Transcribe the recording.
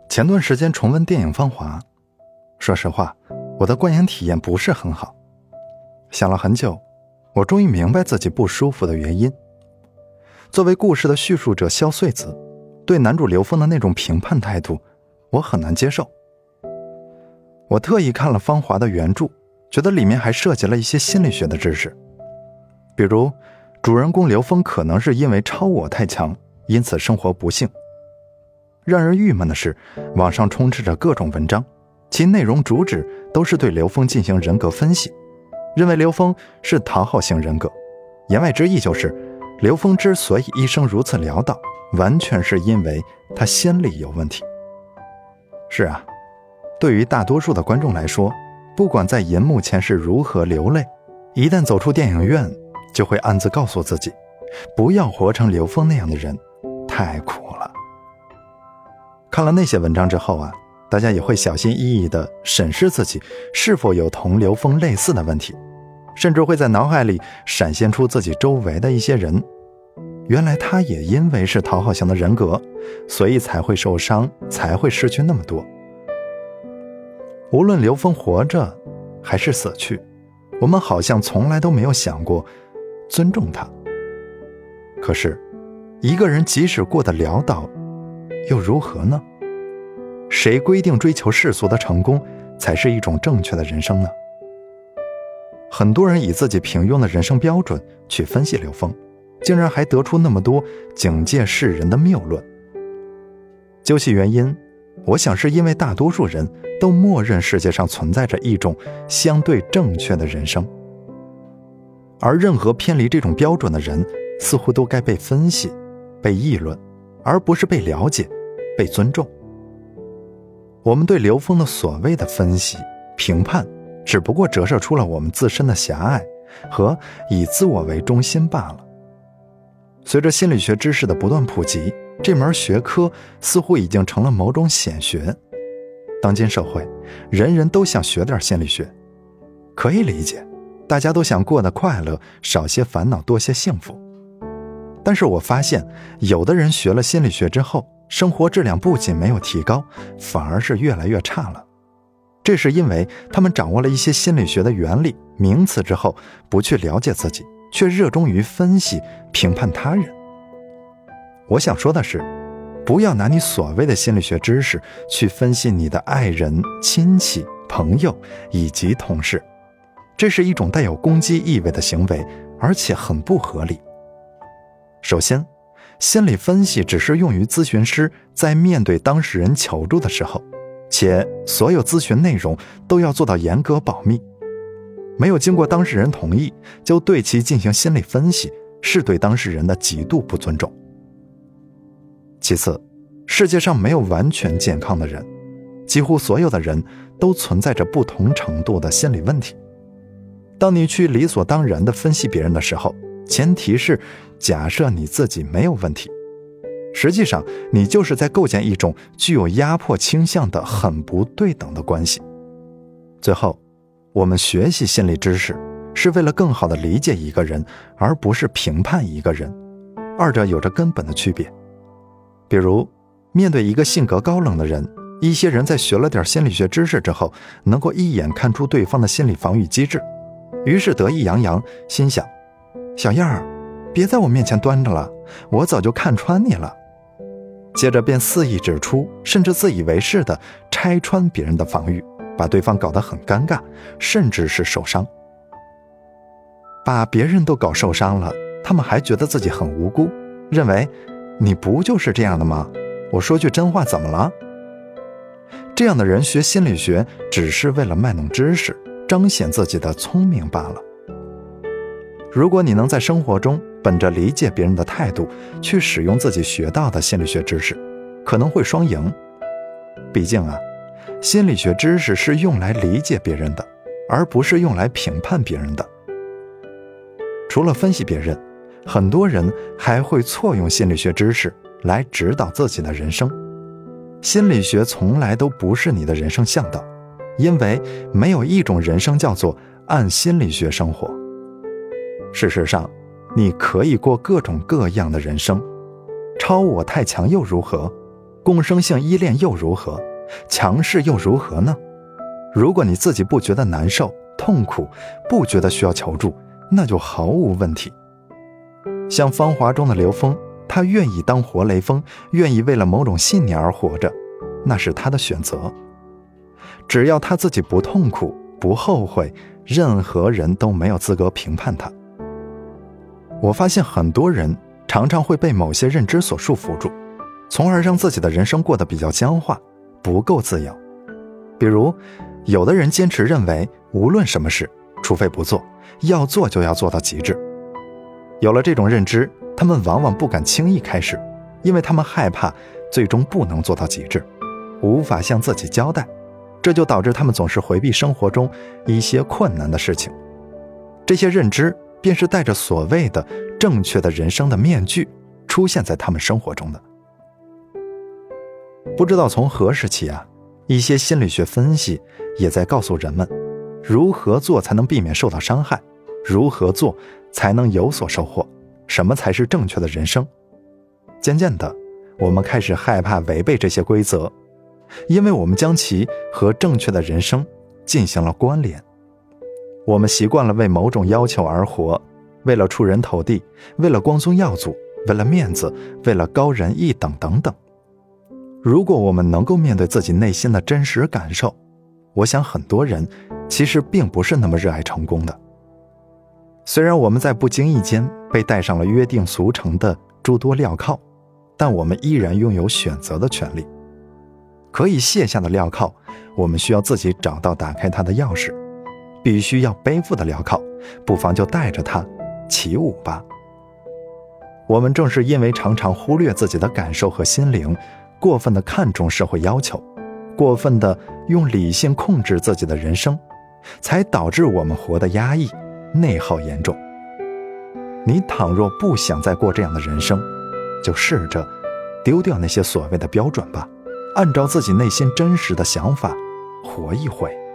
前段时间重温电影《芳华》，说实话，我的观影体验不是很好。想了很久，我终于明白自己不舒服的原因。作为故事的叙述者萧穗子，对男主刘峰的那种评判态度，我很难接受。我特意看了《芳华》的原著，觉得里面还涉及了一些心理学的知识，比如主人公刘峰可能是因为超我太强，因此生活不幸。让人郁闷的是，网上充斥着各种文章，其内容主旨都是对刘峰进行人格分析，认为刘峰是讨好型人格，言外之意就是刘峰之所以一生如此潦倒，完全是因为他心理有问题。是啊，对于大多数的观众来说，不管在银幕前是如何流泪，一旦走出电影院，就会暗自告诉自己，不要活成刘峰那样的人，太苦了。看了那些文章之后啊，大家也会小心翼翼地审视自己是否有同刘峰类似的问题，甚至会在脑海里闪现出自己周围的一些人，原来他也因为是讨好型的人格，所以才会受伤，才会失去那么多。无论刘峰活着还是死去，我们好像从来都没有想过尊重他。可是一个人即使过得潦倒又如何呢？谁规定追求世俗的成功才是一种正确的人生呢？很多人以自己平庸的人生标准去分析刘峰，竟然还得出那么多警戒世人的谬论。究其原因，我想是因为大多数人都默认世界上存在着一种相对正确的人生，而任何偏离这种标准的人似乎都该被分析、被议论，而不是被了解、被尊重。我们对刘峰的所谓的分析、评判，只不过折射出了我们自身的狭隘和以自我为中心罢了。随着心理学知识的不断普及，这门学科似乎已经成了某种显学。当今社会，人人都想学点心理学，可以理解，大家都想过得快乐，少些烦恼，多些幸福。但是我发现，有的人学了心理学之后，生活质量不仅没有提高，反而是越来越差了。这是因为他们掌握了一些心理学的原理、名词之后，不去了解自己，却热衷于分析、评判他人。我想说的是，不要拿你所谓的心理学知识去分析你的爱人、亲戚、朋友以及同事，这是一种带有攻击意味的行为，而且很不合理。首先，心理分析只是用于咨询师在面对当事人求助的时候，且所有咨询内容都要做到严格保密。没有经过当事人同意就对其进行心理分析，是对当事人的极度不尊重。其次，世界上没有完全健康的人，几乎所有的人都存在着不同程度的心理问题。当你去理所当然地分析别人的时候，前提是假设你自己没有问题，实际上你就是在构建一种具有压迫倾向的很不对等的关系。最后，我们学习心理知识是为了更好地理解一个人，而不是评判一个人，二者有着根本的区别。比如，面对一个性格高冷的人，一些人在学了点心理学知识之后，能够一眼看出对方的心理防御机制，于是得意洋洋，心想，小样儿，别在我面前端着了，我早就看穿你了。接着便肆意指出，甚至自以为是地拆穿别人的防御，把对方搞得很尴尬，甚至是受伤。把别人都搞受伤了，他们还觉得自己很无辜，认为你不就是这样的吗？我说句真话怎么了？这样的人学心理学只是为了卖弄知识，彰显自己的聪明罢了。如果你能在生活中本着理解别人的态度去使用自己学到的心理学知识，可能会双赢。毕竟啊，心理学知识是用来理解别人的，而不是用来评判别人的。除了分析别人，很多人还会错用心理学知识来指导自己的人生。心理学从来都不是你的人生向导，因为没有一种人生叫做按心理学生活。事实上，你可以过各种各样的人生，超我太强又如何？ 共生性依恋又如何？强势又如何呢？如果你自己不觉得难受、痛苦，不觉得需要求助，那就毫无问题。像《芳华》中的刘峰，他愿意当活雷锋，愿意为了某种信念而活着，那是他的选择。只要他自己不痛苦、不后悔，任何人都没有资格评判他。我发现很多人常常会被某些认知所束缚住，从而让自己的人生过得比较僵化，不够自由。比如，有的人坚持认为，无论什么事，除非不做，要做就要做到极致。有了这种认知，他们往往不敢轻易开始，因为他们害怕最终不能做到极致，无法向自己交代，这就导致他们总是回避生活中一些困难的事情。这些认知便是带着所谓的正确的人生的面具出现在他们生活中的。不知道从何时起一些心理学分析也在告诉人们，如何做才能避免受到伤害，如何做才能有所收获，什么才是正确的人生。渐渐的，我们开始害怕违背这些规则，因为我们将其和正确的人生进行了关联。我们习惯了为某种要求而活，为了出人头地，为了光宗耀祖，为了面子，为了高人一等等等。如果我们能够面对自己内心的真实感受，我想很多人其实并不是那么热爱成功的。虽然我们在不经意间被戴上了约定俗成的诸多镣铐，但我们依然拥有选择的权利。可以卸下的镣铐，我们需要自己找到打开它的钥匙；必须要背负的镣铐，不妨就带着它起舞吧。我们正是因为常常忽略自己的感受和心灵，过分地看重社会要求，过分地用理性控制自己的人生，才导致我们活得压抑，内耗严重。你倘若不想再过这样的人生，就试着丢掉那些所谓的标准吧，按照自己内心真实的想法活一回。